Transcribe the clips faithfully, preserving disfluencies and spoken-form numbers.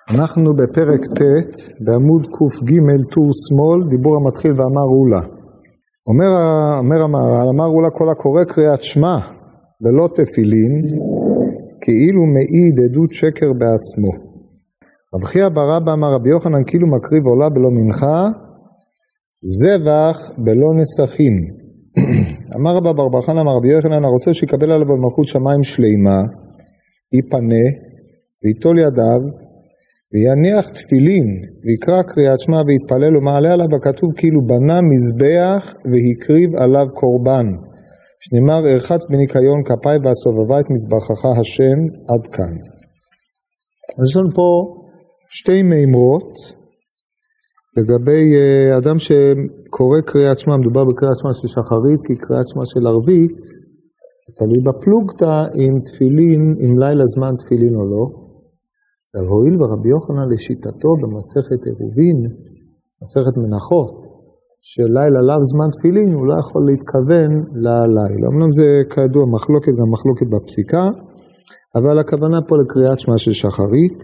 אנחנו בפרק ט' בעמוד ק"ג טור שמאל, דיבור המתחיל ואמר אולה. אומר, אומר אמר, אמר אולה כל הקורא קריאת שמע ולא תפילין, כאילו מעיד עדות שקר בעצמו. רב חייא בר אבא אמר רבי יוחנן כאילו מקריב עולה בלא מנחה, זבח בלא נסכים. אמר רבא בר בר חנא אמר רבי יוחנן הרוצה שיקבל עליו במלכות שמיים שלימה, ייפנה ויטול ידיו, ויניח תפילין, ויקרא קריאת שמע ויתפלל ומעלה עליו הכתוב כאילו בנה מזבח והקריב עליו קורבן. שנאמר ארחץ בניקיון כפי והסובבה את מזבחך השם עד כאן. אז יש לנו פה שתי מימרות לגבי uh, אדם שקורא קריאת שמע, מדובר בקריאת שמע של שחרית כי קריאת שמע של ערבית, תלוי בפלוגתא עם תפילין, עם לילה זמן תפילין או לא. אבל הועיל ורבי יוחנן לשיטתו במסכת עירובין, מסכת מנחות, שלילה לאו זמן תפילין, הוא לא יכול להתכוון ללילה. אמנם זה כידוע מחלוקת, גם מחלוקת בפסיקה, אבל הכוונה פה לקריאת שמע של שחרית,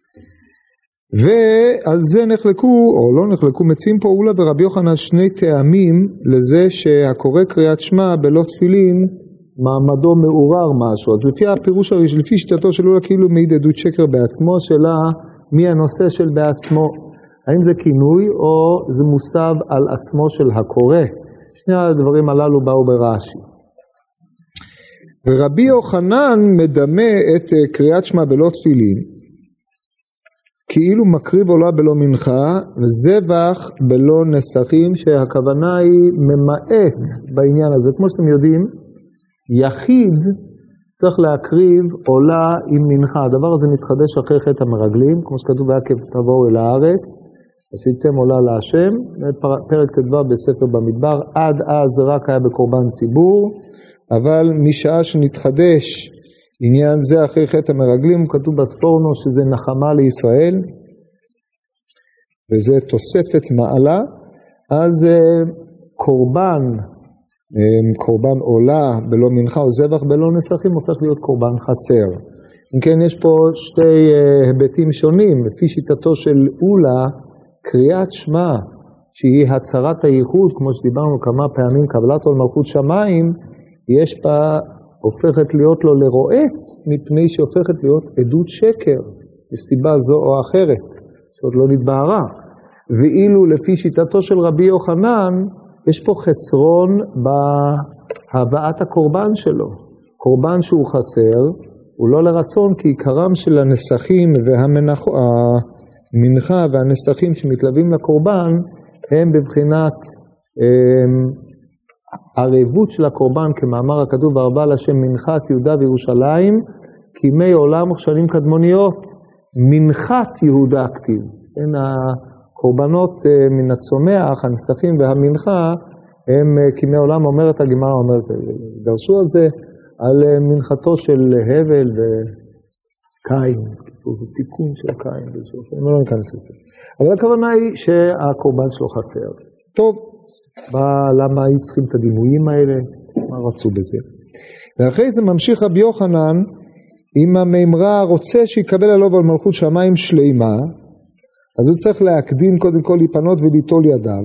ועל זה נחלקו, או לא נחלקו, מציעים פה אולה ורבי יוחנן שני טעמים לזה שהקורא קריאת שמע בלא תפילין, מעמדו מעורר משהו. אז לפי הפירוש הראשון, לפי שיטתו של אולה כאילו מעיד עדות שקר בעצמו, שאלה מי הנושא של בעצמו, האם זה כינוי או זה מוסב על עצמו של הקורא. שני הדברים הללו באו ברש"י. ורבי יוחנן מדמה את קריאת שמע בלא תפילין כאילו מקריב עולה בלא מנחה וזבח בלא נסכים, שהכוונה היא ממעט בעניין הזה. כמו שאתם יודעים, יחיד צריך להקריב עולה עם מנחה. הדבר הזה מתחדש אחרי חטא המרגלים, כמו שכתוב בעקב תבואו אל הארץ, עשיתם עולה להשם, פרק ט"ו בספר במדבר, עד אז רק היה בקורבן ציבור, אבל משעה שנתחדש עניין זה אחרי חטא המרגלים, כתוב בספורנו שזה נחמה לישראל, וזה תוספת מעלה, אז קורבן, קורבן עולה בלא מנחה או זבח בלא נסכים הופך להיות קורבן חסר. אם כן, יש פה שתי היבטים שונים. לפי שיטתו של אולה, קריאת שמע שהיא הצהרת הייחוד, כמו שדיברנו כמה פעמים, קבלת עול מלכות שמיים, יש בה הופכת להיות לו לרועץ, מפני שהופכת להיות עדות שקר מסיבה זו או אחרת שעוד לא נתבהרה. ואילו לפי שיטתו של רבי יוחנן יש פה חסרון בהבאת הקורבן שלו. קורבן שהוא חסר, הוא לא לרצון, כי עיקרם של הנסכים והמנחה והנסכים שמתלווים לקורבן, הם בבחינת הם, ערבות של הקורבן, כמאמר הכתוב, והרבה לשם מנחת יהודה וירושלים, כי מי עולם וכשנים קדמוניות, מנחת יהודה כתיב. אין הקורבנות מן הצומח, הנסכים והמנחה, הם כמי עולם, אומרת הגמרא, אומרת, דרשו על זה, על מנחתו של הבל וקין, זה תיקון של קין, אני לא ניכנס לזה. אבל הכוונה היא שהקורבן שלו חסר. טוב, למה היו צריכים את הדימויים האלה? מה רצו בזה? ואחרי זה ממשיך רבי יוחנן, אם המימרה רוצה שיקבל עליו על מלכות שמיים שלימה, אז הוא צריך להקדים קודם כל להיפנות וליטול ידיו,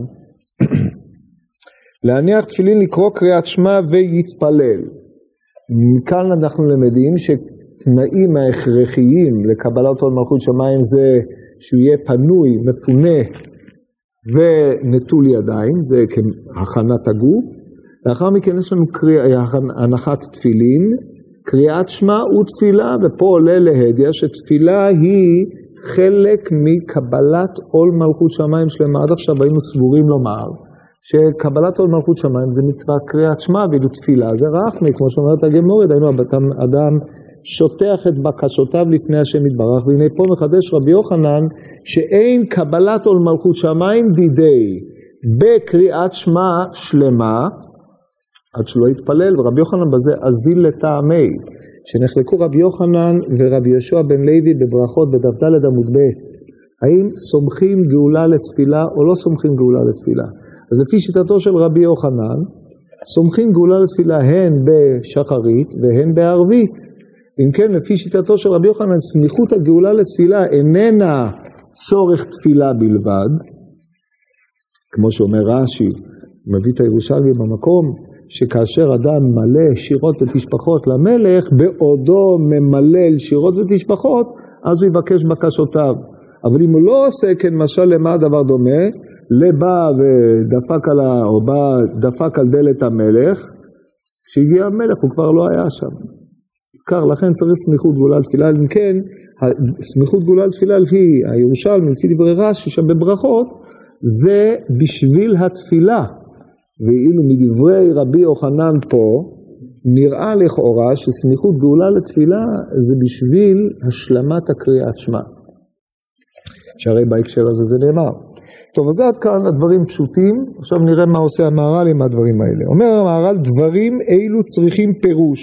להניח תפילין, לקרוא קריאת שמע ויתפלל. מכאן אנחנו למדים שתנאים ההכרחיים לקבלת עול מלכות שמיים זה שהוא יהיה פנוי, מפונה ונטול ידיים, זה כהכנת הגוף. לאחר מכן יש לנו קריאה, הנחת תפילין, קריאת שמע ותפילה, ופה עולה להדיא שתפילה היא חלק מקבלת עול מלכות שמיים שלמה. עד עכשיו היינו סבורים לומר שקבלת עול מלכות שמיים זה מצווה קריאת שמע, ואילו תפילה זה רחמי, כמו שאומרת הגמרא, דהיינו אדם שוטח את בקשותיו לפני השם יתברך. והנה פה מחדש רבי יוחנן שאין קבלת עול מלכות שמיים דידי בקריאת שמע שלמה עד שלא יתפלל. ורבי יוחנן בזה אזיל לטעמי, שנחלקו רבי יוחנן ורבי יהושע בן לוי בברכות בדף ד' עמוד ב', האם סומכים גאולה לתפילה או לא סומכים גאולה לתפילה. אז לפי שיטתו של רבי יוחנן, סומכים גאולה לתפילה הן בשחרית והן בערבית. אם כן, לפי שיטתו של רבי יוחנן, סמיכות הגאולה לתפילה איננה צורך תפילה בלבד, כמו שאומר רש"י, מביא את הירושלמי במקום, שכאשר אדם מלא שירות ותשפחות למלך, בעודו ממלל שירות ותשפחות, אז הוא יבקש בקשותיו. אבל אם הוא לא עושה כן, משל למה דבר דומה, לבא ודפק על, ה... או בא דפק על דלת המלך, כשהגיע המלך הוא כבר לא היה שם. הזכר, לכן צריך סמיכות גאולה לתפילה. אם כן, סמיכות גאולה לתפילה לפי הירושלמי, לפי דברי רש"י שם בברכות, זה בשביל התפילה. ואילו מדברי רבי יוחנן פה, נראה לכאורה שסמיכות גאולה לתפילה זה בשביל השלמת הקריאת שמע. שהרי בהקשר הזה זה נאמר. טוב, אז עד כאן הדברים פשוטים, עכשיו נראה מה עושה המהר"ל עם הדברים האלה. אומר המהר"ל, דברים אילו צריכים פירוש.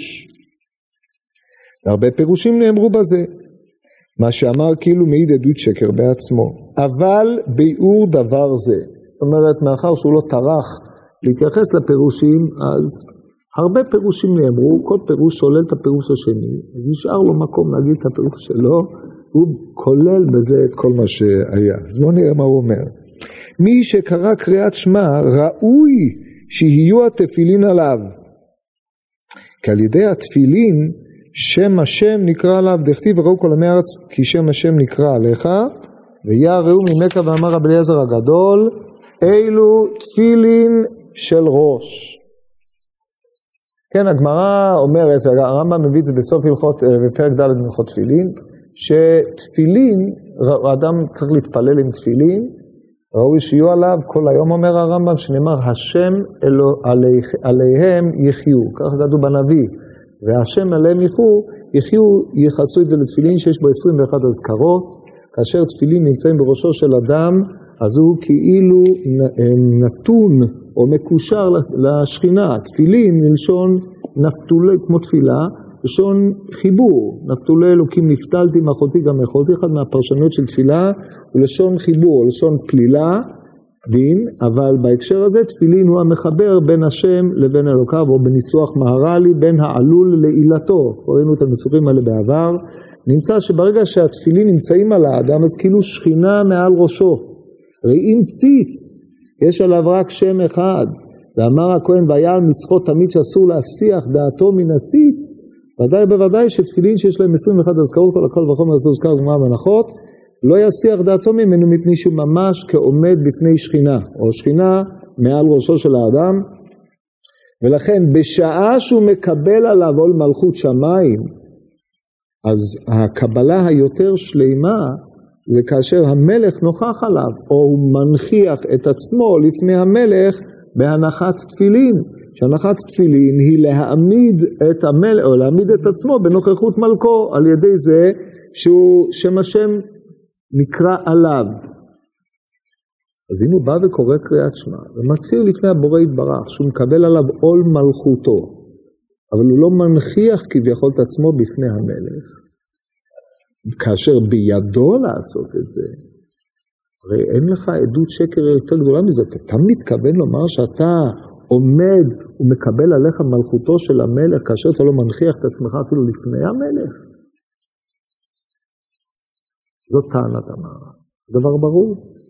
הרבה פירושים נאמרו בזה. מה שאמר כאילו מעיד עדות שקר בעצמו. אבל ביאור דבר זה. זאת אומרת, מאחר שהוא לא טרח להתייחס לפירושים, אז הרבה פירושים נאמרו, כל פירוש שולל את הפירוש השני, אז נשאר לו מקום להגיד את הפירוש שלו, הוא כולל בזה את כל מה שהיה. אז בואו נראה מה הוא אומר. מי שקרא קריאת שמע, ראוי שיהיו התפילין עליו. כי על ידי התפילין, שם השם נקרא עליו, דכתיב וראו כל עמי הארץ, כי שם השם נקרא עליך, ויה ראו ממכה ואמר רבי אליעזר הגדול, אילו תפילין של ראש. כן, הגמרא אומרת, הרמב"ם מביא את זה בסוף הלכות, בפרק ד' הלכות תפילין, שתפילין, האדם צריך להתפלל עם תפילין, ראוי שיהיו עליו, כל היום אומר הרמב"ם, שנאמר, השם אלו, עליהם, עליהם יחיו, כך כתוב בנביא, והשם עליהם יחיו, יחיו, יחסו את זה לתפילין שיש בו עשרים ואחת אזכרות, כאשר תפילין נמצאים בראשו של אדם, אז הוא כאילו נתון או מקושר לשכינה. תפילין מלשון נפתולי, כמו תפילה, לשון חיבור. נפתולי אלוקים נפתלתי מאחותי גם מאחותי, אחד מהפרשנויות של תפילה הוא לשון חיבור, לשון פלילה, דין, אבל בהקשר הזה תפילין הוא המחבר בין השם לבין אלוקיו, או בניסוח מהר"לי בין העלול לעילתו. ראינו את הניסוחים האלה בעבר. נמצא שברגע שהתפילין נמצאים על האדם, אז כאילו שכינה מעל ראשו. הרי אם ציץ, יש עליו רק שם אחד, ואמר הכהן והיה על מצחו תמיד שאסור להסיח דעתו מן הציץ, ודאי בוודאי שתפילין שיש להם עשרים ואחת אזכרות, כל הכל וחומר עשו זכר גמרא והנחות, לא יסיח דעתו ממנו מפני שהוא ממש כעומד בפני שכינה, או שכינה מעל ראשו של האדם, ולכן בשעה שהוא מקבל עליו עול מלכות שמיים, אז הקבלה היותר שלימה, זה כאשר המלך נוכח עליו, או הוא מנחיח את עצמו לפני המלך בהנחת תפילין. שהנחת תפילין היא להעמיד את המלך, או להעמיד את עצמו בנוכחות מלכו, על ידי זה שהוא, שם השם נקרא עליו. אז אם הוא בא וקורא קריאת שמע, ומצהיר לפני הבורא יתברך, שהוא מקבל עליו עול מלכותו, אבל הוא לא מנחיח כביכול את עצמו בפני המלך, כאשר בידו לעשות את זה, הרי אין לך עדות שקר יותר גדולה מזה. אתה מתכוון לומר שאתה עומד ומקבל עליך מלכותו של המלך, כאשר אתה לא מנחיח את עצמך אפילו לפני המלך? זאת טענת המהר"ל. דבר ברור.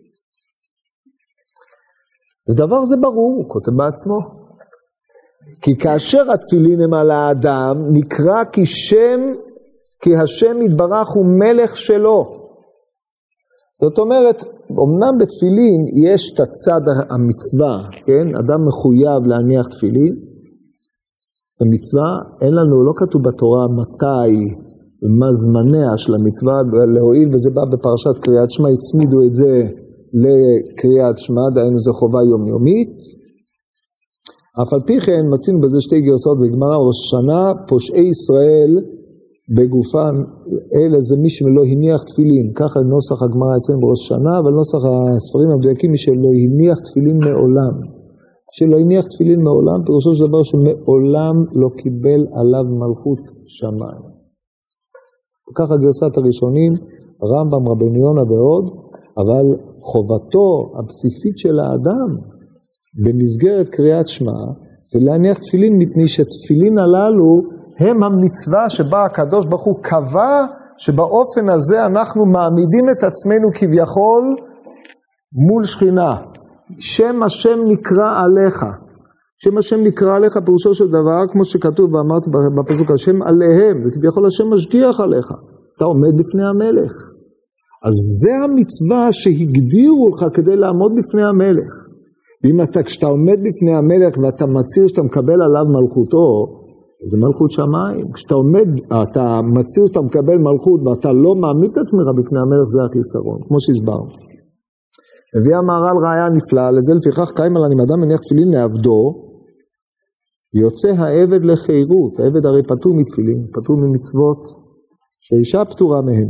ודבר זה ברור, הוא כותב בעצמו. כי כאשר התפילין הם על האדם, נקרא כי שם, כי השם יתברך הוא מלך שלו. זאת אומרת, אמנם בתפילין יש את הצד המצווה, כן? אדם מחויב להניח תפילין. המצווה, אין לנו, לא כתוב בתורה מתי ומה זמניה של המצווה להועיל, וזה בא בפרשת קריאת שמע, הצמידו את זה לקריאת שמע, דהיינו זה חובה יומיומית. אף על פי כן מצינו בזה שתי גרסאות בגמרא ראש השנה, פושעי ישראל בגופן, אלה זה מי שלא הניח תפילין, ככה נוסח הגמרא אצלנו בראש השנה, אבל נוסח הספרים המדויקים מי שלא הניח תפילין מעולם. שלא הניח תפילין מעולם, פירושו של דבר שמעולם לא קיבל עליו מלכות שמיים. ככה גרסת הראשונים, רמב"ם, רבנו יונה ועוד, אבל חובתו הבסיסית של האדם במסגרת קריאת שמע זה להניח תפילין, מפני שתפילין הללו הם המצווה שבה הקדוש ברוך הוא קבע שבאופן הזה אנחנו מעמידים את עצמנו כביכול מול שכינה. שם השם נקרא עליך. שם השם נקרא עליך פירושו של דבר, כמו שכתוב ואמרתי בפסוק, השם עליהם, וכביכול השם משגיח עליך. אתה עומד בפני המלך. אז זה המצווה שהגדירו לך כדי לעמוד בפני המלך. ואם אתה, כשאתה עומד בפני המלך ואתה מצהיר שאתה מקבל עליו מלכותו, זה מלכות שמיים. כשאתה עומד, אתה מצהיר שאתה מקבל מלכות ואתה לא מעמיד את עצמך בפני המלך, זה החיסרון, כמו שהסברנו. הביא המהר"ל ראיה נפלאה, לזה לפיכך קיים על אם אדם מניח תפילין לעבדו, יוצא העבד לחירות. העבד הרי פטור מתפילין, פטור ממצוות שאישה פטורה מהם.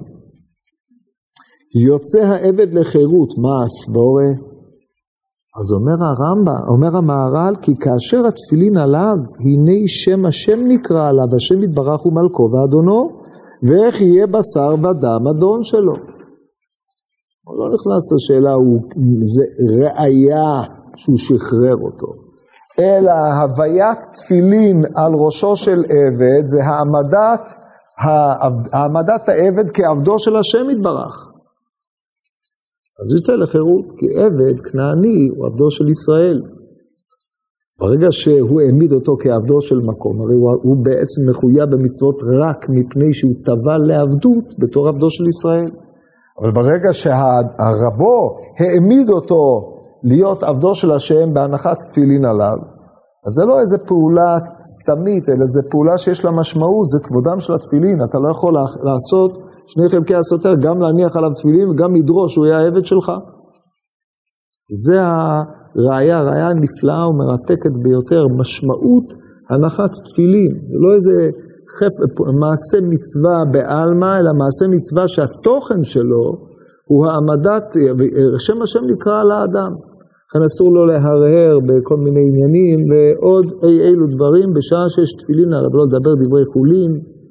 יוצא העבד לחירות, מה הסבורה? אז אומר הרמב"ם, אומר המהר"ל, כי כאשר התפילין עליו, הנה שם השם נקרא עליו, השם יתברך ומלכו ואדונו, ואיך יהיה בשר ודם אדון שלו. הוא לא נכנס לשאלה, הוא, זה ראיה שהוא שחרר אותו. אלא הוויית תפילין על ראשו של עבד, זה העמדת, העמדת העבד כעבדו של השם יתברך. אז הוא יצא לחירות, כי עבד כנעני הוא עבדו של ישראל. ברגע שהוא העמיד אותו כעבדו של מקום, הרי הוא, הוא בעצם מחויב במצוות רק מפני שהוא טבע לעבדות בתור עבדו של ישראל. אבל ברגע שהרבו העמיד אותו להיות עבדו של השם בהנחת תפילין עליו, אז זה לא איזה פעולה סתמית, אלא זה פעולה שיש לה משמעות, זה כבודם של התפילין. אתה לא יכול לעשות שני חלקי הסותר, גם להניח עליו תפילין וגם לדרוש שהוא יהיה העבד שלך. זה הראיה, הראיה נפלאה ומרתקת ביותר, משמעות הנחת תפילין. זה לא איזה חפ... מעשה מצווה בעלמא, אלא מעשה מצווה שהתוכן שלו הוא העמדת, שם השם נקרא על האדם. כאן אסור לו להרהר בכל מיני עניינים, ועוד אי אילו דברים, בשעה שיש תפילין עליו, לא לדבר דברי חולין,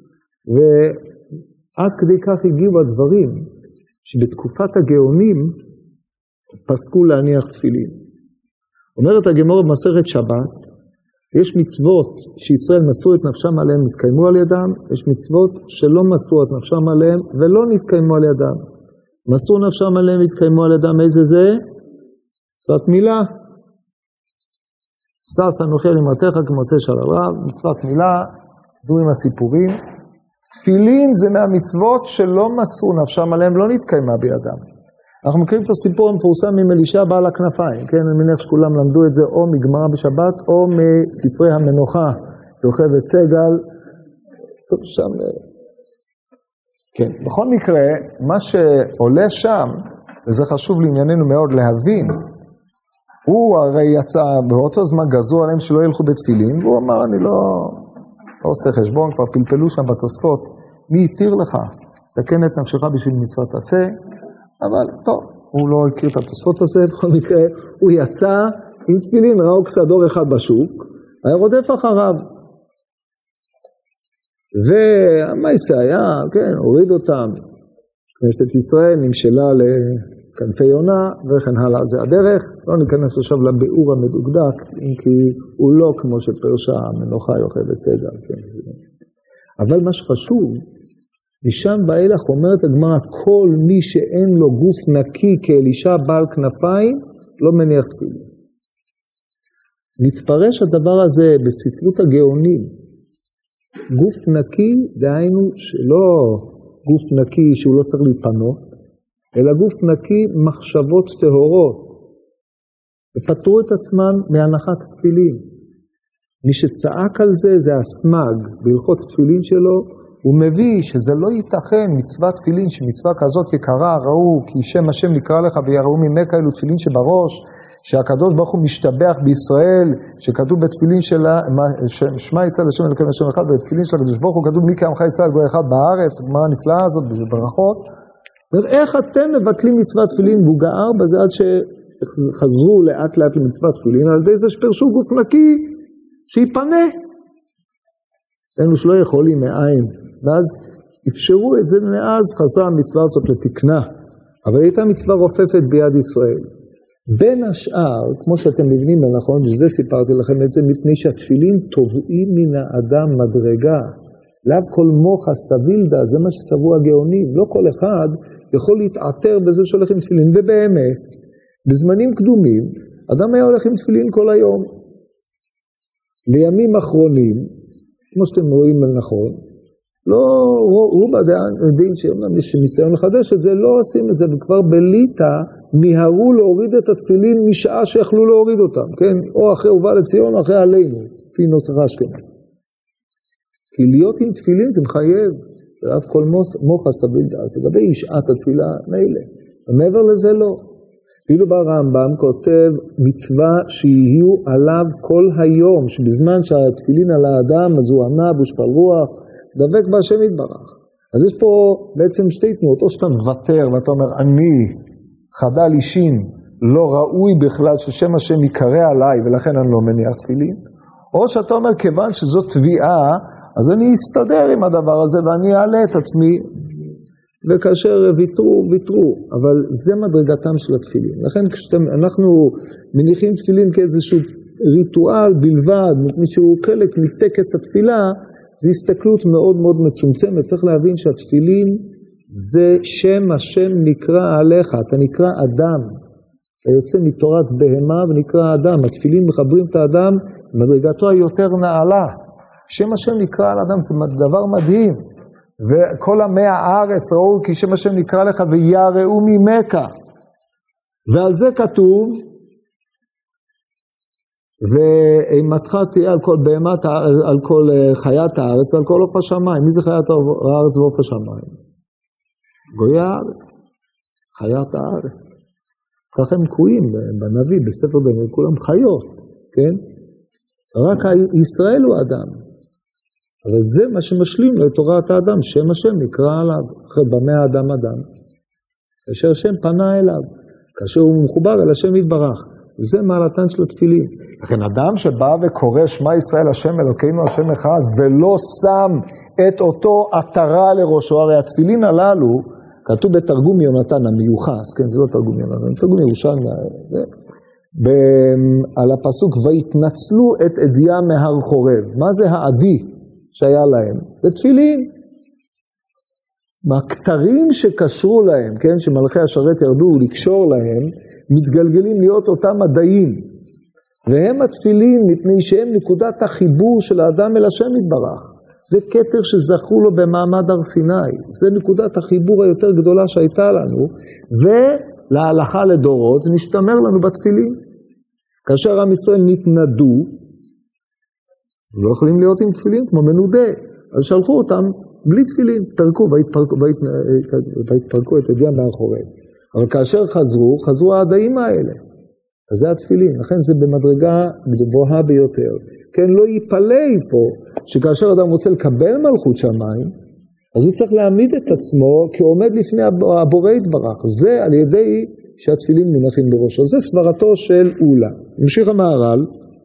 ועד כדי כך הגיעו הדברים, שבתקופת הגאונים פסקו להניח תפילין. אומרת הגמרא במסכת שבת, יש מצוות שישראל מסרו את נפשם עליהם, נתקיימו על ידם, יש מצוות שלא מסרו את נפשם עליהם, ולא נתקיימו על ידם. מסרו נפשם עליהם, נתקיימו על ידם, איזה זה? מצוות מילה. שש אנוכי על אמרתך כמוצא של הרב, מצוות מילה, דו עם הסיפורים. תפילין זה מהמצוות שלא מסרו נפשם עליהם, לא נתקיימה בידם. אנחנו מכירים את הסיפור המפורסם עם אלישע בעל הכנפיים, כן? אני מניח שכולם למדו את זה או מגמרא בשבת או מספרי המנוחה, יוכבד סגל, טוב שם, כן. בכל מקרה, מה שעולה שם, וזה חשוב לענייננו מאוד להבין, הוא הרי יצא, באותו זמן גזרו עליהם שלא ילכו בתפילין, והוא אמר, אני לא, לא עושה חשבון, כבר פלפלו שם בתוספות, מי יתיר לך? סכן את נפשך בשביל מצוות עשה, אבל טוב, הוא לא הכיר את התוספות הזה, בכל מקרה, הוא יצא עם תפילין, ראו כסדור אחד בשוק, היה רודף אחריו. ומה יעשה היה, כן, הוריד אותם, כנסת ישראל נמשלה לכנפי יונה, וכן הלאה, זה הדרך, לא ניכנס עכשיו לביאור המדוקדק, אם כי הוא לא כמו שפרשה המנוחה יוכבד סגל, כן. אבל מה שחשוב, משם באילך אומרת הגמרא, כל מי שאין לו גוף נקי כאלישע בעל כנפיים, לא מניח תפילין. נתפרש הדבר הזה בספרות הגאונים. גוף נקי, דהיינו שלא גוף נקי שהוא לא צריך להיפנות, אלא גוף נקי מחשבות טהורות. ופטרו את עצמן מהנחת תפילין. מי שצעק על זה זה הסמג, בהלכות תפילין שלו, הוא מביא שזה לא ייתכן מצוות תפילין, שמצווה כזאת יקרה, ראו, כי שם השם נקרא לך ויראו ממך אלו תפילין שבראש, שהקדוש ברוך הוא משתבח בישראל, שכתוב בתפילין שלה, שמע ישראל השם אלוקים השם אחד, בתפילין של הקדוש ברוך הוא כתוב מי כעמך ישראל גוי אחד בארץ, הגמרא הנפלאה הזאת, בברכות. איך אתם מבטלים מצוות תפילין, והוא גער בזה עד שחזרו לאט לאט למצוות תפילין, על ידי זה שפרשו גוף נקי, שיפנה. אנו שלא יכולים מאין. ואז אפשרו את זה, מאז חזרה המצווה הזאת לתקנה, אבל הייתה מצווה רופפת ביד ישראל. בין השאר, כמו שאתם מבינים, נכון, שזה סיפרתי לכם את זה, מפני שהתפילין תובעים מן האדם מדרגה. לאו כל מוחה סבילדה, זה מה שסברו הגאונים. לא כל אחד יכול להתעתר בזה שהולך עם תפילין. ובאמת, בזמנים קדומים, אדם היה הולך עם תפילין כל היום. לימים אחרונים, כמו שאתם רואים נכון, לא, רובה דין שאומנם יש ניסיון לחדש את זה, לא עושים את זה, וכבר בליטה מיהרו להוריד את התפילין משעה שיכלו להוריד אותם, כן? או אחרי הובא לציון או אחרי עלינו, לפי נוסח אשכנז. כי להיות עם תפילין זה מחייב, ואף כל מוחה סבילדה, אז לגבי שעת התפילה מילא, ומעבר לזה לא. אפילו ברמב"ם כותב מצווה שיהיו עליו כל היום, שבזמן שהתפילין על האדם, אז הוא ענה בושפל רוח, דבק בהשם יתברך. אז יש פה בעצם שתי תנועות, או שאתה מוותר ואתה אומר, אני חדל אישין, לא ראוי בכלל ששם השם יקרא עליי, ולכן אני לא מניח תפילין, או שאתה אומר, כיוון שזו תביעה, אז אני אסתדר עם הדבר הזה, ואני אעלה את עצמי, וכאשר ויתרו, ויתרו, אבל זה מדרגתם של התפילין. לכן כשאנחנו מניחים תפילין כאיזשהו ריטואל בלבד, מישהו חלק מטקס התפילה, זו הסתכלות מאוד מאוד מצומצמת. צריך להבין שהתפילין זה שם השם נקרא עליך, אתה נקרא אדם, אתה יוצא מתורת בהמה ונקרא אדם, התפילין מחברים את האדם, מדרגתו היותר נעלה, שם השם נקרא על אדם, זה דבר מדהים, וכל עמי הארץ ראו כי שם השם נקרא לך ויראו ממך, ועל זה כתוב, ואימתך תהיה על כל בהמת, על כל חיית הארץ ועל כל עוף השמיים. מי זה חיית הארץ ועוף השמיים? גויי הארץ, חיית הארץ. כך הם קרויים בנביא, בספר דניאל, כולם חיות, כן? רק ישראל הוא אדם. אבל זה מה שמשלים לתורת האדם, שם השם נקרא עליו, אחרי במה האדם אדם. כאשר השם פנה אליו, כאשר הוא מחובר אל השם יתברך. וזה מעלתן של התפילין. לכן אדם שבא וקורא שמע ישראל השם אלוקינו השם אחד, ולא שם את אותו עטרה לראשו, הרי התפילין הללו, כתוב בתרגום יונתן המיוחס, כן, זה לא תרגום יונתן, זה תרגום ירושלמי, על הפסוק, ויתנצלו את עדיה מהר חורב. מה זה העדי שהיה להם? זה תפילין. מהכתרים שקשרו להם, כן, שמלכי השרת ירדו לקשור להם, מתגלגלים להיות אותם מדעים, והם התפילין מפני שהם נקודת החיבור של האדם אל השם יתברך. זה כתר שזכו לו במעמד הר סיני, זה נקודת החיבור היותר גדולה שהייתה לנו, ולהלכה לדורות זה נשתמר לנו בתפילין. כאשר עם ישראל נתנדו, לא יכולים להיות עם תפילין כמו מנודה, אז שלחו אותם בלי תפילין, פרקו והתפרקו, והתפרקו את ידיעה מאחוריהם. אבל כאשר חזרו, חזרו העדיים האלה. אז זה התפילין, לכן זה במדרגה גבוהה ביותר. כן, לא ייפלא איפה, שכאשר אדם רוצה לקבל מלכות שמיים, אז הוא צריך להעמיד את עצמו כעומד לפני הבורא יתברך. זה על ידי שהתפילין מונחים בראשו. זה סברתו של אולה. ממשיך המהר"ל.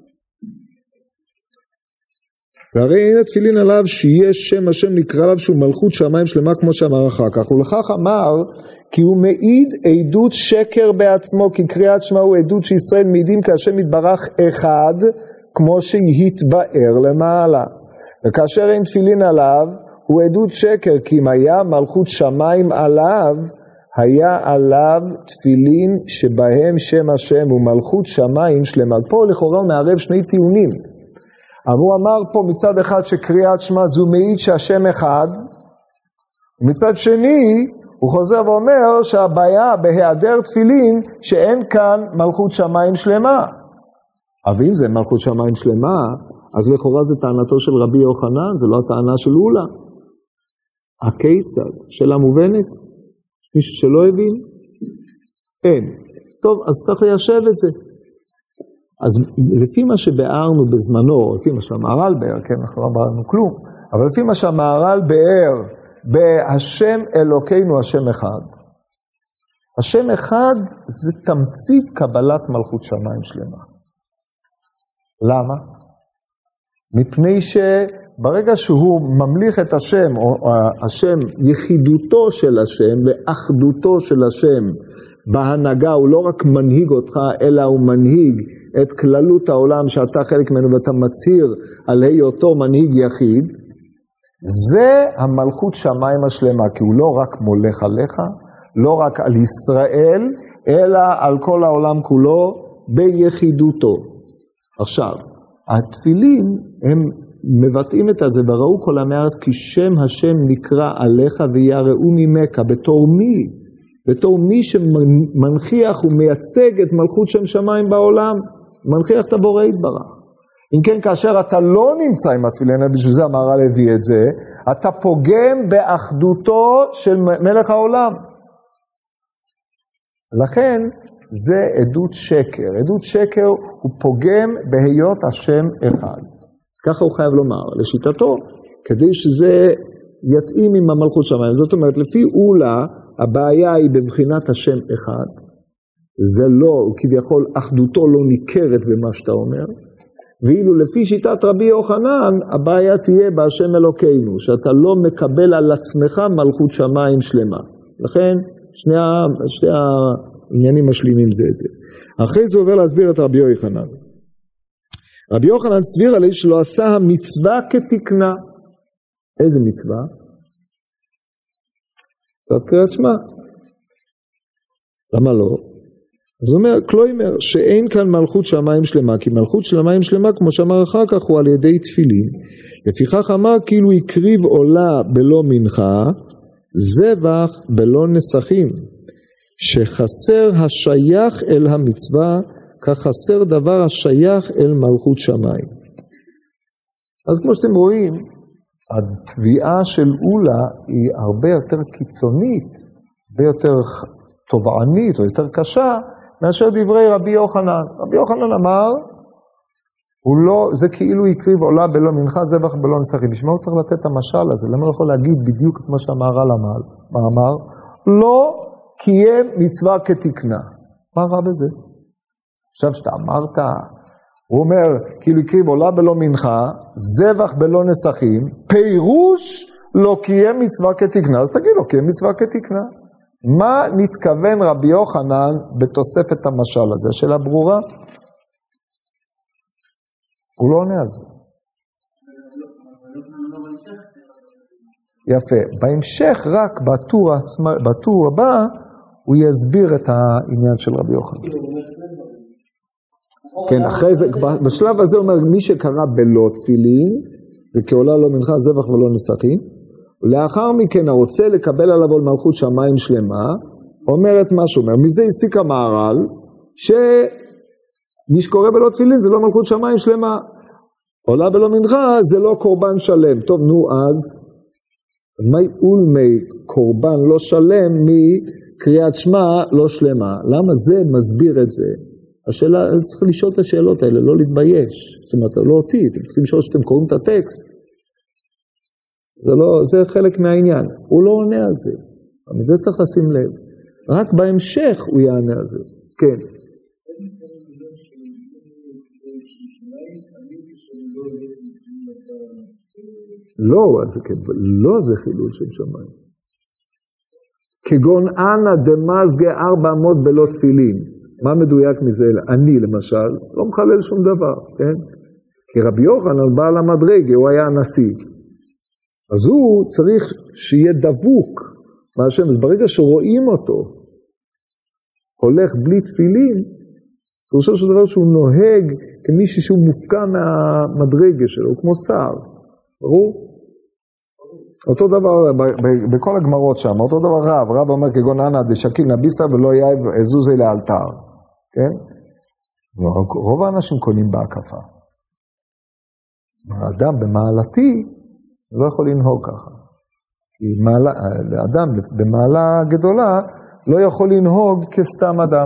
והרי אין התפילין עליו שיש שם השם נקרא עליו שהוא מלכות שמיים שלמה כמו שאמר אחר כך. ולכך אמר כי הוא מעיד עדות שקר בעצמו, כי קריאת שמע הוא עדות שישראל מעידים כאשר יתברך אחד כמו שהתבאר למעלה. וכאשר אין תפילין עליו הוא עדות שקר, כי אם היה מלכות שמיים עליו, היה עליו תפילין שבהם שם השם הוא מלכות שמיים שלמה. פה לכאורה הוא מערב שני טיעונים. הוא אמר פה מצד אחד שקריאת שמע זו מעיד שהשם אחד, ומצד שני הוא חוזר ואומר שהבעיה בהיעדר תפילין שאין כאן מלכות שמיים שלמה. אבל אם זה מלכות שמיים שלמה, אז לכאורה זה טענתו של רבי יוחנן, זה לא הטענה של אולה. הכיצד? שאלה מובנת? מישהו שלא הבין? אין. טוב, אז צריך ליישב את זה. אז לפי מה שבארנו בזמנו, לפי מה שהמהר"ל באר, כן, אנחנו לא בארנו כלום, אבל לפי מה שהמהר"ל באר, בהשם אלוקינו השם אחד. השם אחד זה תמצית קבלת מלכות שמיים שלמה. למה? מפני שברגע שהוא ממליך את השם, או השם, יחידותו של השם ואחדותו של השם בהנהגה, הוא לא רק מנהיג אותך, אלא הוא מנהיג את כללות העולם שאתה חלק ממנו ואתה מצהיר על היותו מנהיג יחיד, זה המלכות שמיים השלמה, כי הוא לא רק מולך עליך, לא רק על ישראל, אלא על כל העולם כולו ביחידותו. עכשיו, התפילין הם מבטאים את זה, וראו כל עמי הארץ כי שם השם נקרא עליך ויראו ממך. בתור מי? בתור מי שמנחיח ומייצג את מלכות שם שמיים בעולם, מנחיח את הבורא יתברך. אם כן, כאשר אתה לא נמצא עם התפילין, בשביל זה המהר"ל הביא את זה, אתה פוגם באחדותו של מלך העולם. לכן זה עדות שקר. עדות שקר הוא פוגם בהיות השם אחד. ככה הוא חייב לומר, לשיטתו, כדי שזה יתאים עם המלכות שמיים. זאת אומרת, לפי אולה, הבעיה היא בבחינת השם אחד. זה לא, כביכול, אחדותו לא ניכרת במה שאתה אומר. ואילו לפי שיטת רבי יוחנן, הבעיה תהיה בהשם אלוקינו, שאתה לא מקבל על עצמך מלכות שמיים שלמה. לכן, שני, שני העניינים משלימים זה את זה. אחרי זה עובר להסביר את רבי יוחנן. רבי יוחנן סביר עלי שלא עשה המצווה כתקנה. איזה מצווה? זאת קריאת שמע. למה לא? אז הוא אומר, קלוימר, שאין כאן מלכות שמיים שלמה, כי מלכות שמיים שלמה, כמו שאמר אחר כך, הוא על ידי תפילין. לפיכך אמר, כאילו הקריב עולה בלא מנחה, זבח בלא נסכים, שחסר השייך אל המצווה, כך חסר דבר השייך אל מלכות שמיים. אז כמו שאתם רואים, התביעה של אולה היא הרבה יותר קיצונית, הרבה יותר תובענית או יותר קשה, מאשר דברי רבי יוחנן. רבי יוחנן אמר, הוא לא, זה כאילו הקריב עולה בלא מנחה, זבח בלא נסכים. בשביל מה הוא צריך לתת את המשל הזה? למה הוא יכול להגיד בדיוק את מה שהמהר"ל אמר? מה אמר? לא קיים מצווה כתקנה. מה רע בזה? עכשיו שאתה אמרת, הוא אומר, כאילו הקריב עולה בלא מנחה, זבח בלא נסכים, פירוש לא קיים מצווה כתקנה. אז תגיד לו, קיים מצווה כתקנה. מה נתכוון רבי יוחנן בתוספת המשל הזה? השאלה ברורה? הוא לא עונה על זה. יפה. בהמשך רק בטור, בטור הבא הוא יסביר את העניין של רבי יוחנן. כן, אחרי זה, בשלב הזה הוא אומר, מי שקרא בלא תפילין, וכעולה לא מנחה זבח ולא נסכים, ולאחר מכן הרוצה לקבל עליו על מלכות שמיים שלמה, אומרת מה שאומר, מזה הסיק המהר"ל, שמי שקורא בלא תפילין זה לא מלכות שמיים שלמה, עולה בלא מנחה זה לא קורבן שלם. טוב, נו אז, מי אולמי קורבן לא שלם מקריאת שמע לא שלמה? למה זה מסביר את זה? השאלה, צריך לשאול את השאלות האלה, לא להתבייש. זאת אומרת, לא אותי, אתם צריכים לשאול שאתם קוראים את הטקסט. זה, לא, זה חלק מהעניין. הוא לא עונה על זה. אבל זה צריך לשים לב. רק בהמשך הוא יענה על זה. כן. לא, לא זה חילול שם שמיים. כגון אנא דמזגה ארבע מאות בלא תפילין. מה מדויק מזה? אני למשל לא מחלל שום דבר, כן? כי רבי יוחנן בעל המדרגה, הוא היה הנשיא. אז הוא צריך שיהיה דבוק מהשם. אז ברגע שרואים אותו הולך בלי תפילין, פירושו של דבר שהוא נוהג כמישהו שהוא מופקע מהמדרגה שלו, הוא כמו שר. ברור? אותו דבר בכל הגמרות שם, אותו דבר רב, רב אומר כגון אנא דשקיל נביסה ולא יאיב זוזי לאלתר, כן? רוב האנשים קונים בהקפה. האדם במעלתי לא יכול לנהוג ככה. כי מעלה, האדם במעלה גדולה לא יכול לנהוג כסתם אדם.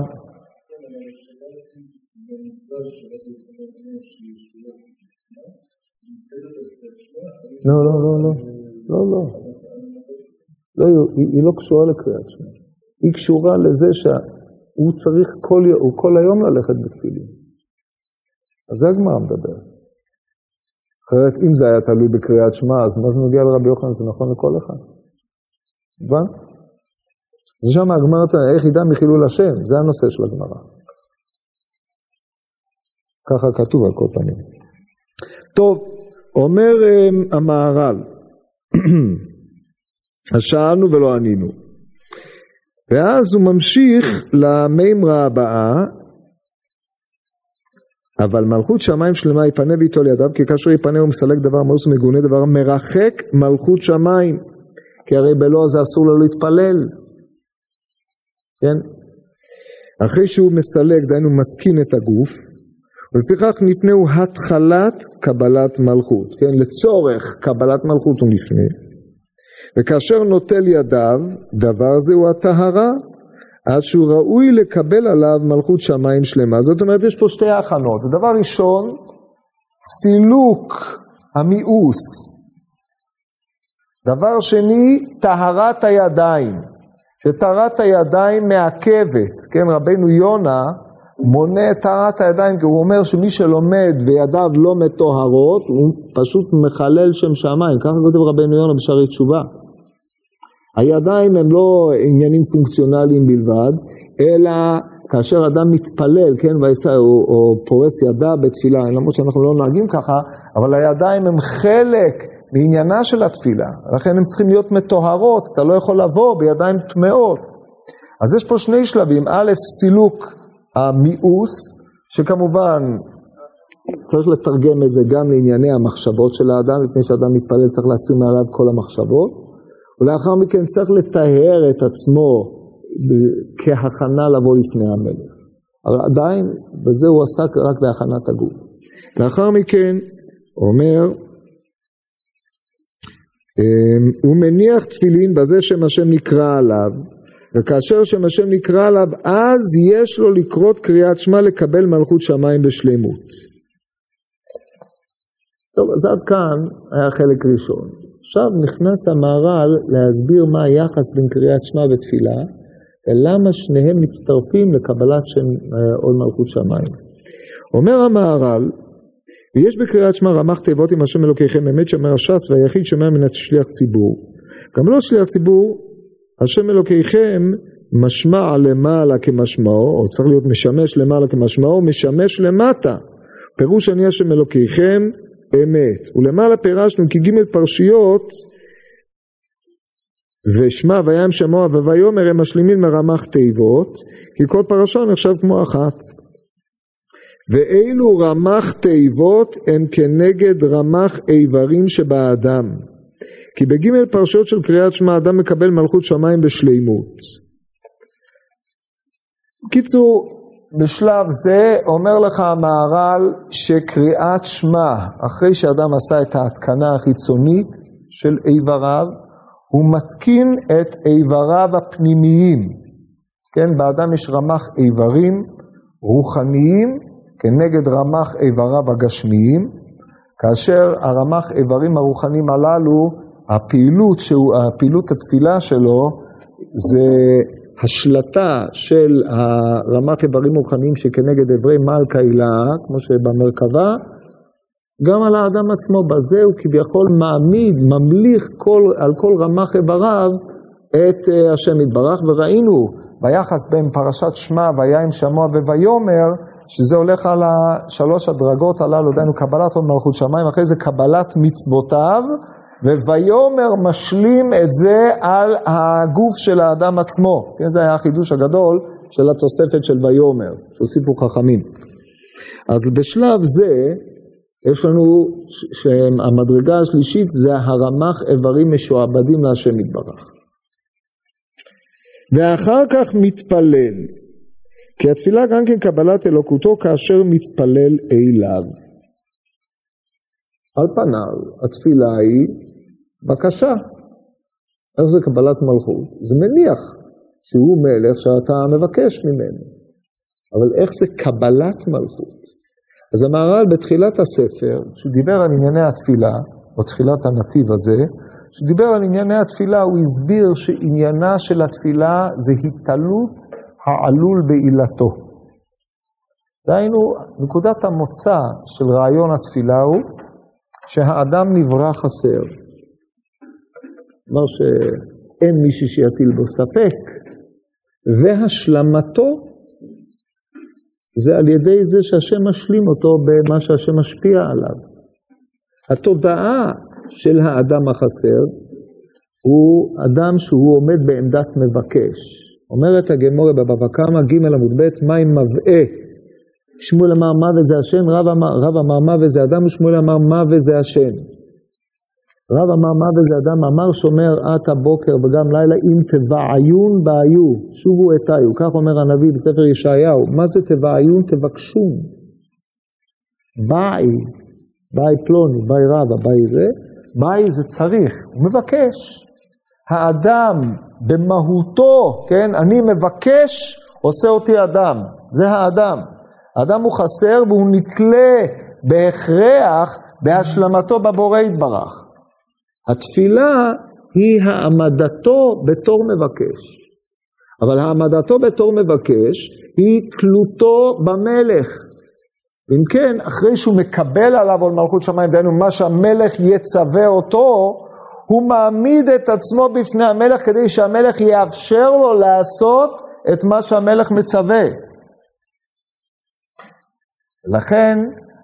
לא, לא, לא, לא. לא, לא. לא, היא, היא לא קשורה לקריאת שמע. היא קשורה לזה שהוא צריך כל, כל היום ללכת בתפילין. אז זה הגמרא מדבר. אחרת, אם זה היה תלוי בקריאת שמע, אז מה זה נוגע לרבי יוחנן? זה נכון לכל אחד. מובן? זה שם הגמרא, איך ידע מחילול השם? זה הנושא של הגמרא. ככה כתוב על כל פנים. טוב, אומר המהר"ל, אז שאלנו ולא ענינו. ואז הוא ממשיך למימרה הבאה, אבל מלכות שמיים שלמה יפנה ואיתו לידיו, כי כאשר יפנה הוא מסלק דבר מאוס ומגונה, דבר מרחק מלכות שמיים, כי הרי בלא זה אסור לו להתפלל. כן? אחרי שהוא מסלק, דיינו מתקין את הגוף, ולפיכך נפנהו התחלת קבלת מלכות, כן? לצורך קבלת מלכות הוא נפנה, וכאשר נוטל ידיו, דבר זה הוא הטהרה, עד שהוא ראוי לקבל עליו מלכות שמיים שלמה. זאת אומרת, יש פה שתי הכנות. דבר ראשון, סילוק המיאוס. דבר שני, טהרת הידיים. שטהרת הידיים מעכבת. כן, רבנו יונה מונה את טהרת הידיים, כי הוא אומר שמי שלומד וידיו לא מטוהרות, הוא פשוט מחלל שם שמיים. ככה כותב רבנו יונה בשערי תשובה. הידיים הם לא עניינים פונקציונליים בלבד, אלא כאשר אדם מתפלל, כן, או, או פורס ידה בתפילה, למרות שאנחנו לא נוהגים ככה, אבל הידיים הם חלק מעניינה של התפילה, לכן הם צריכים להיות מטוהרות, אתה לא יכול לבוא בידיים טמאות. אז יש פה שני שלבים, א', סילוק המיאוס, שכמובן צריך לתרגם את זה גם לענייני המחשבות של האדם, לפני שאדם מתפלל צריך לשים עליו כל המחשבות, ולאחר מכן צריך לטהר את עצמו כהכנה לבוא לפני המלך. אבל עדיין, בזה הוא עסק רק בהכנת הגוף. לאחר מכן, אומר, הוא מניח תפילין בזה שם השם נקרא עליו, וכאשר שם השם נקרא עליו, אז יש לו לקרות קריאת שמע לקבל מלכות שמיים בשלמות. טוב, אז עד כאן היה חלק ראשון. עכשיו נכנס המהר"ל להסביר מה היחס בין קריאת שמע ותפילה, ולמה שניהם מצטרפים לקבלת שם עול מלכות שמיים. אומר המהר"ל, ויש בקריאת שמע רמ"ח תיבות עם השם אלוקיכם, אמת שומר הש"ס, והיחיד שומר מן השליח ציבור. גם לא שליח ציבור, השם אלוקיכם משמע למעלה כמשמעו, או צריך להיות משמש למעלה כמשמעו, משמש למטה. פירוש אני השם אלוקיכם, אמת. ולמעלה פירשנו כי ג' פרשיות ושמע וים שמוע וויאמר הם משלימים מרמ"ח תיבות, כי כל פרשה נחשב כמו אחת. ואילו רמ"ח תיבות הם כנגד רמ"ח איברים שבאדם. כי בג' פרשיות של קריאת שמע אדם מקבל מלכות שמיים בשלימות. קיצור, בשלב זה אומר לך המהר"ל שקריאת שמע, אחרי שאדם עשה את ההתקנה החיצונית של איבריו, הוא מתקין את איבריו הפנימיים. כן, באדם יש רמ"ח איברים רוחניים כנגד רמ"ח איבריו הגשמיים, כאשר הרמ"ח איברים הרוחניים הללו, הפעילות, שהוא, הפעילות התפילה שלו, זה השלטה של הרמ"ח איברים רוחניים שכנגד איברי מלכה הילאה, כמו שבמרכבה, גם על האדם עצמו. בזה הוא כביכול מעמיד, ממליך כל, על כל רמ"ח איבריו את השם יתברך, וראינו ביחס בין פרשת שמע וים שמוע וויאמר, שזה הולך על השלוש הדרגות הללו, דהיינו קבלת עול מלכות שמיים, אחרי זה קבלת מצוותיו, וויאמר משלים את זה על הגוף של האדם עצמו. כן, זה היה החידוש הגדול של התוספת של ויאמר, שהוסיפו חכמים. אז בשלב זה, יש לנו שהמדרגה השלישית זה הרמ"ח איברים משועבדים להשם יתברך. ואחר כך מתפלל, כי התפילה גם כן קבלת אלוקותו כאשר מתפלל אליו. על פניו, התפילה היא בקשה. איך זה קבלת מלכות? זה מניח שהוא מלך שאתה מבקש ממנו. אבל איך זה קבלת מלכות? אז המהר"ל בתחילת הספר, שדיבר על ענייני התפילה, או תחילת הנתיב הזה, שדיבר על ענייני התפילה, הוא הסביר שעניינה של התפילה זה התעלות העלול בעילתו. דהיינו, נקודת המוצא של רעיון התפילה הוא שהאדם נברא חסר. כלומר שאין מישהו שיטיל בו ספק, והשלמתו זה על ידי זה שהשם משלים אותו במה שהשם משפיע עליו. התודעה של האדם החסר הוא אדם שהוא עומד בעמדת מבקש. אומרת הגמורה בבבא קמא ג' עמוד ב', מים מבעה. שמואל אמר מה וזה השם, רב אמר, רב אמר מה וזה אדם, ושמואל אמר מה וזה השם. רב אמר מה וזה אדם, אמר שומר עת הבוקר וגם לילה, אם תבעיון בעיו, שובו אתיו. כך אומר הנביא בספר ישעיהו. מה זה תבעיון? תבקשו. באי, באי פלוני, באי רבא, באי זה, באי זה צריך, הוא מבקש. האדם במהותו, כן, אני מבקש, עושה אותי אדם. זה האדם. האדם הוא חסר והוא נתלה בהכרח בהשלמתו בבורא יתברך. התפילה היא העמדתו בתור מבקש. אבל העמדתו בתור מבקש היא תלותו במלך. אם כן, אחרי שהוא מקבל עליו על מלכות שמיים, דהיינו מה שהמלך יצווה אותו, הוא מעמיד את עצמו בפני המלך כדי שהמלך יאפשר לו לעשות את מה שהמלך מצווה. לכן,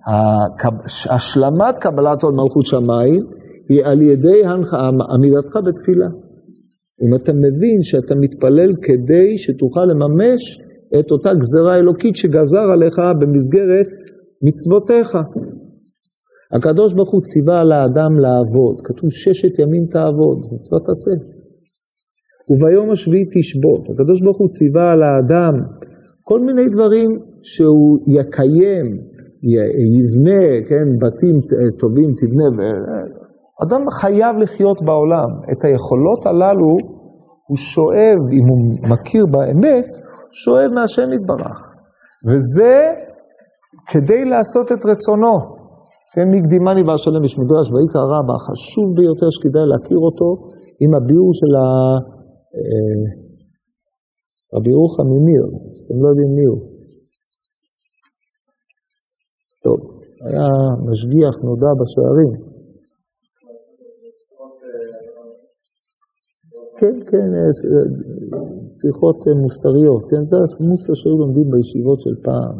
השלמת קבלת על מלכות שמיים היא על ידי עמידתך בתפילה. אם אתה מבין שאתה מתפלל כדי שתוכל לממש את אותה גזרה אלוקית שגזר עליך במסגרת מצוותיך. הקדוש ברוך הוא ציווה על האדם לעבוד. כתוב ששת ימים תעבוד, מצוות תעשה. וביום השביעי תשבות. הקדוש ברוך הוא ציווה על האדם כל מיני דברים שהוא יקיים, יבנה, כן, בתים טובים תבנה. אדם חייב לחיות בעולם. את היכולות הללו הוא שואב, אם הוא מכיר באמת, שואב מהשם יתברך. וזה כדי לעשות את רצונו. כן, מקדימני והשלם יש מדרש ויקרא רבא, חשוב ביותר שכדאי להכיר אותו, עם הביאור של ה... רבי ירוחם ממיר, אתם לא יודעים מי הוא. טוב, היה משגיח נודע בשערים. כן, כן, שיחות מוסריות, כן, זה המוסר שהיו לומדים בישיבות של פעם.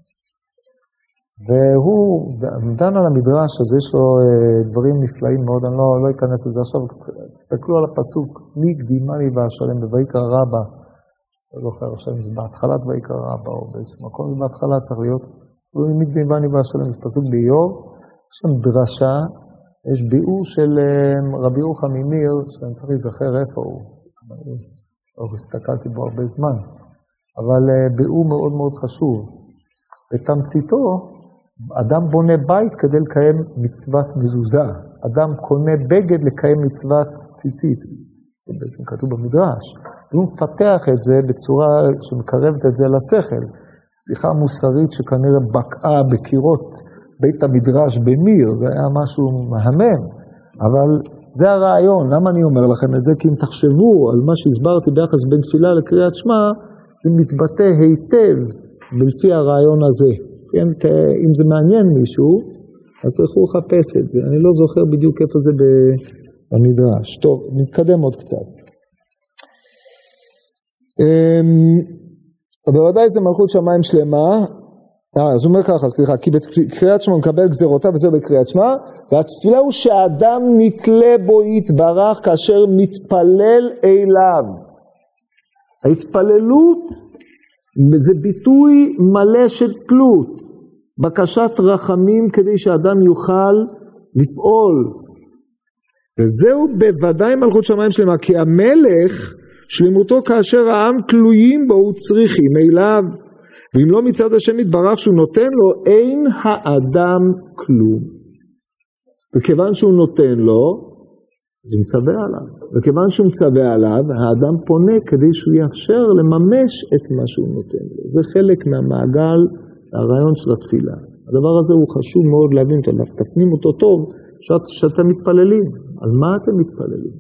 והוא דן על המדרש, אז יש לו דברים נפלאים מאוד, אני לא, לא אכנס לזה עכשיו, תסתכלו על הפסוק, מי קדימני והשלם בויקרא רבא, לא זוכר עכשיו אם זה בהתחלת ויקרא רבא, או באיזשהו מקום, זה בהתחלה צריך להיות, מי קדימני והשלם, זה פסוק באיוב, יש שם דרשה, יש ביאור של רבי ירוחם ממיר, שאני צריך להיזכר איפה הוא, לא הסתכלתי בו הרבה זמן, אבל ביאור מאוד מאוד חשוב. בתמציתו, אדם בונה בית כדי לקיים מצוות מזוזה, אדם קונה בגד לקיים מצוות ציצית, זה בעצם כתוב במדרש, והוא מפתח את זה בצורה שמקרבת את זה לשכל, שיחה מוסרית שכנראה בקעה בקירות, בית המדרש במיר, זה היה משהו מהמם, אבל זה הרעיון. למה אני אומר לכם את זה? כי אם תחשבו על מה שהסברתי ביחס בין תפילה לקריאת שמע, זה מתבטא היטב לפי הרעיון הזה. כן? אם זה מעניין מישהו, אז תלכו לחפש את זה. אני לא זוכר בדיוק איפה זה במדרש. טוב, נתקדם עוד קצת. בוודאי זה מלכות שמיים שלמה, אה, אז הוא אומר ככה, סליחה, כי בקריאת שמע הוא מקבל גזירותיו וזה בקריאת שמע, והתפילה הוא שהאדם נתלה בו יתברך כאשר מתפלל אליו. ההתפללות זה ביטוי מלא של תלות, בקשת רחמים כדי שאדם יוכל לפעול. וזהו בוודאי מלכות שמיים שלמה, כי המלך שלמותו כאשר העם תלויים בו וצריכים אליו, ואם לא מצד השם יתברך שהוא נותן לו, אין האדם כלום. וכיוון שהוא נותן לו, אז הוא מצווה עליו. וכיוון שהוא מצווה עליו, האדם פונה כדי שהוא יאפשר לממש את מה שהוא נותן לו. זה חלק מהמעגל, הרעיון של התפילה. הדבר הזה הוא חשוב מאוד להבין אותו, תפנים אותו טוב, שאת, שאתם מתפללים. על מה אתם מתפללים?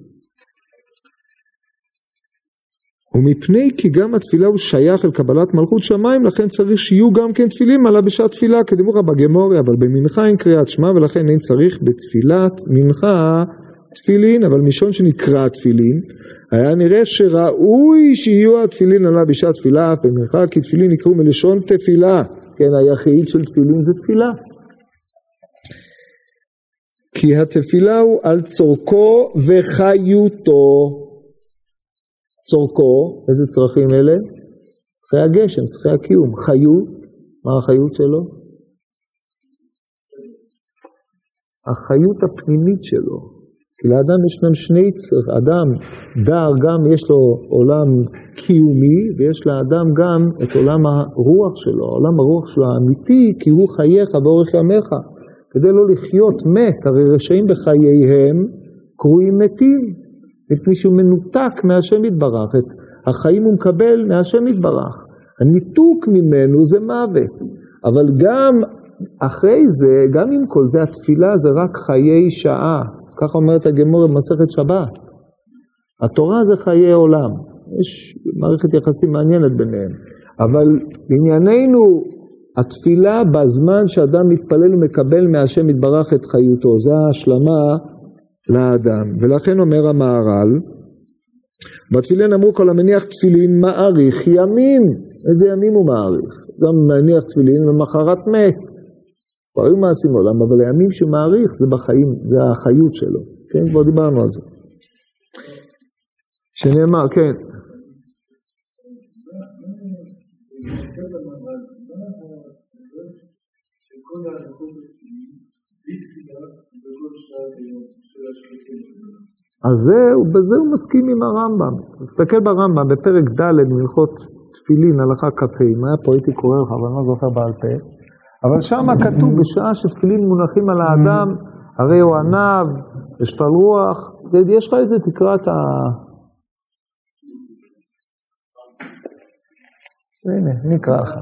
ומפני כי גם התפילה הוא שייך אל קבלת מלכות שמיים, לכן צריך שיהיו גם כן תפילים עלה בשעת תפילה, כדיבור בגמורה, אבל במנחה אין קריאת שמע, ולכן אין צריך בתפילת מנחה תפילין, אבל משון שנקרא תפילין, היה נראה שראוי שיהיו התפילין עלה בשעת תפילה, אף במנחה, כי תפילין יקראו מלשון תפילה, כן, היחיד של תפילין זה תפילה. כי התפילה הוא על צורכו וחיותו. צורכו, איזה צרכים אלה? צרכי הגשם, צרכי הקיום. חיות, מה החיות שלו? החיות הפנימית שלו. כי לאדם ישנם שני צרכים, אדם דר גם יש לו עולם קיומי, ויש לאדם גם את עולם הרוח שלו, עולם הרוח שלו האמיתי, כי הוא חייך באורך ימיך. כדי לא לחיות מת, הרי רשעים בחייהם קרויים מתים, מפני שהוא מנותק מהשם יתברך. את החיים הוא מקבל מהשם יתברך. הניתוק ממנו זה מוות, אבל גם אחרי זה, גם עם כל זה, התפילה זה רק חיי שעה. כך אומרת הגמרא במסכת שבת. התורה זה חיי עולם. יש מערכת יחסים מעניינת ביניהם. אבל בענייננו, התפילה בזמן שאדם מתפלל ומקבל מהשם יתברך את חיותו. זה ההשלמה לאדם. ולכן אומר המהר"ל, בתפילין אמרו כל המניח תפילין מאריך ימים. איזה ימים הוא מאריך? גם מניח תפילין ומחרת מת. כבר היו מעשים עולם, אבל הימים שמאריך זה בחיים, זה החיות שלו. כן, כבר דיברנו על זה. שנאמר, כן. אז זהו, בזה הוא מסכים עם הרמב"ם. תסתכל ברמב"ם, בפרק ד' מלכות תפילין, הלכה כ"ה, היה פה הייתי קורא לך, אבל אני לא זוכר בעל פה. אבל שם כתוב בשעה שתפילין מונחים על האדם, הרי הוא עניו, השפל רוח, יש לך את זה, תקרא את ה... הנה, נקרא לך.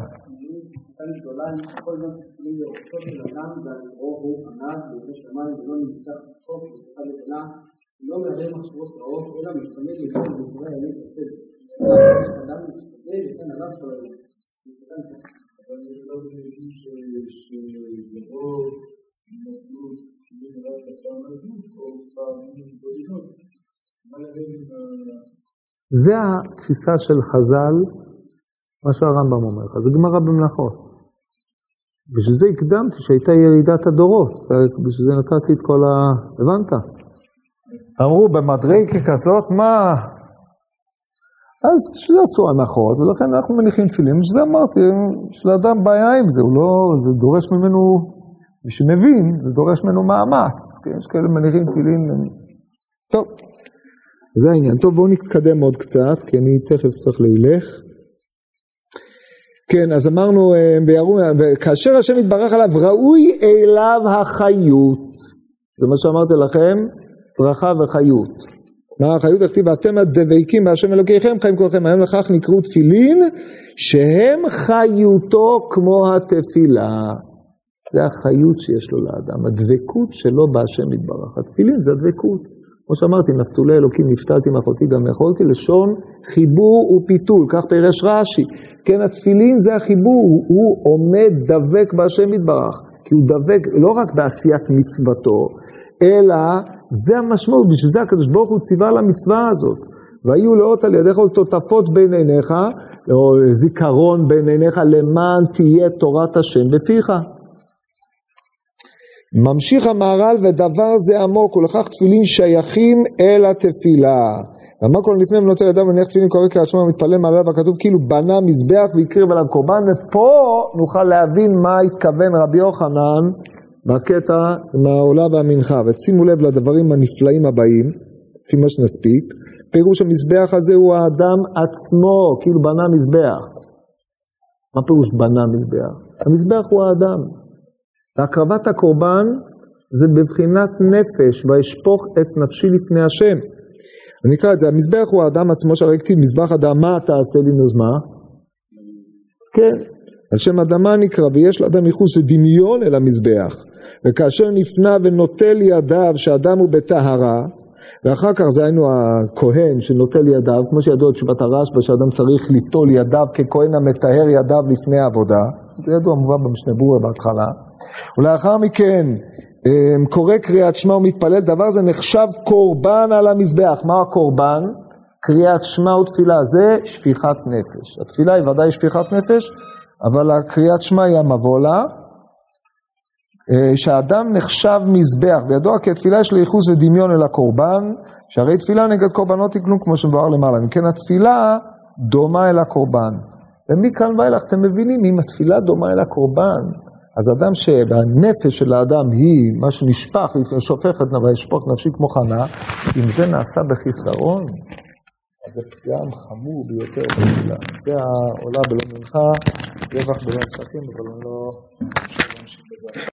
לא מעלה מחשבות רעות, אלא מתחמד לבוא בדברי האמת הצדק. אדם מתחמד, לכן עליו שלו. אבל אני לא מבין שיבוא נתנות לראות את הפעם הזאת, או פעמים בודדות. מה להבין עם ה... זה התפיסה של חז"ל, מה שהרמב"ם אומר לך, זה גמרא במלאכות. בשביל זה הקדמתי שהייתה ירידת הדורות, בשביל זה נתתי את כל ה... הבנת? אמרו במדרגה כזאת, מה? אז בשביל זה עשו הנחות, ולכן אנחנו מניחים תפילין, בשביל זה אמרתי, של האדם בעיה עם זה, הוא לא, זה דורש ממנו, מי שמבין, זה דורש ממנו מאמץ, כן? יש כאלה מניחים תפילין, טוב, זה העניין. טוב, בואו נתקדם עוד קצת, כי אני תכף צריך להילך. כן, אז אמרנו, בירו, כאשר השם יתברך עליו, ראוי אליו החיות, זה מה שאמרתי לכם, צרכה וחיות. מה החיות? הכתיב, אתם הדבקים בהשם אלוקיכם, חיים כולכם, היום לכך נקראו תפילין, שהם חיותו כמו התפילה. זה החיות שיש לו לאדם, הדבקות שלו בהשם יתברך. התפילין זה הדבקות. כמו שאמרתי, נפתולי אלוקים, נפתלתי מאחותי גם יכולתי, לשון חיבור ופיתול, כך פירש רש"י. כן, התפילין זה החיבור, הוא עומד דבק בהשם יתברך, כי הוא דבק לא רק בעשיית מצוותו, אלא זה המשמעות, בשביל זה הקדוש ברוך הוא ציווה על המצווה הזאת. והיו לאות על ידיך תותפות בין עיניך, או זיכרון בין עיניך, למען תהיה תורת השם בפיך. ממשיך המהר"ל, ודבר זה עמוק, ולכך תפילין שייכים אל התפילה. ואמר כל לפני מנוצר ידיו ונניח תפילין קורא קריאת שמע מתפלל מעליו, וכתוב כאילו בנה מזבח והקריב עליו קורבן, ופה נוכל להבין מה התכוון רבי יוחנן בקטע מהעולה והמנחה. ושימו לב לדברים הנפלאים הבאים, לפי מה שנספיק. פירוש המזבח הזה הוא האדם עצמו, כאילו בנה מזבח. מה פירוש בנה מזבח? המזבח הוא האדם. והקרבת הקורבן זה בבחינת נפש, וישפוך את נפשי לפני השם. אני אקרא את זה, המזבח הוא האדם עצמו, שהרי כתיב מזבח אדם, מה תעשה לי נוזמה? כן, על שם אדמה נקרא, ויש לאדם ייחוס ודמיון אל המזבח. וכאשר נפנה ונוטל ידיו שאדם הוא בטהרה, ואחר כך זה היינו הכהן שנוטל ידיו, כמו שידוע את תשובת הרשב"א, שאדם צריך ליטול ידיו ככהן המטהר ידיו לפני העבודה, זה ידוע מובא במשנה ברורה בהתחלה, ולאחר מכן קורא קריאת שמע ומתפלל, דבר זה נחשב קורבן על המזבח. מה הקורבן? קריאת שמע ותפילה, זה שפיכת נפש. התפילה היא ודאי שפיכת נפש, אבל הקריאת שמע היא המבוא לה, שהאדם נחשב מזבח, וידוע כי התפילה יש לייחוס ודמיון אל הקורבן, שהרי תפילה נגד קורבנות היא כלום כמו שמבואר למעלה, מכן התפילה דומה אל הקורבן. ומכאן ואילך אתם מבינים, אם התפילה דומה אל הקורבן, אז אדם שהנפש של האדם היא מה שנשפך, שופך את נפשי, ישפוך נפשי כמו חנה, אם זה נעשה בחיסרון, אז זה פגם חמור ביותר בתפילה. זה העולה בלא מנחה, זבח בלא נצחים, אבל לא...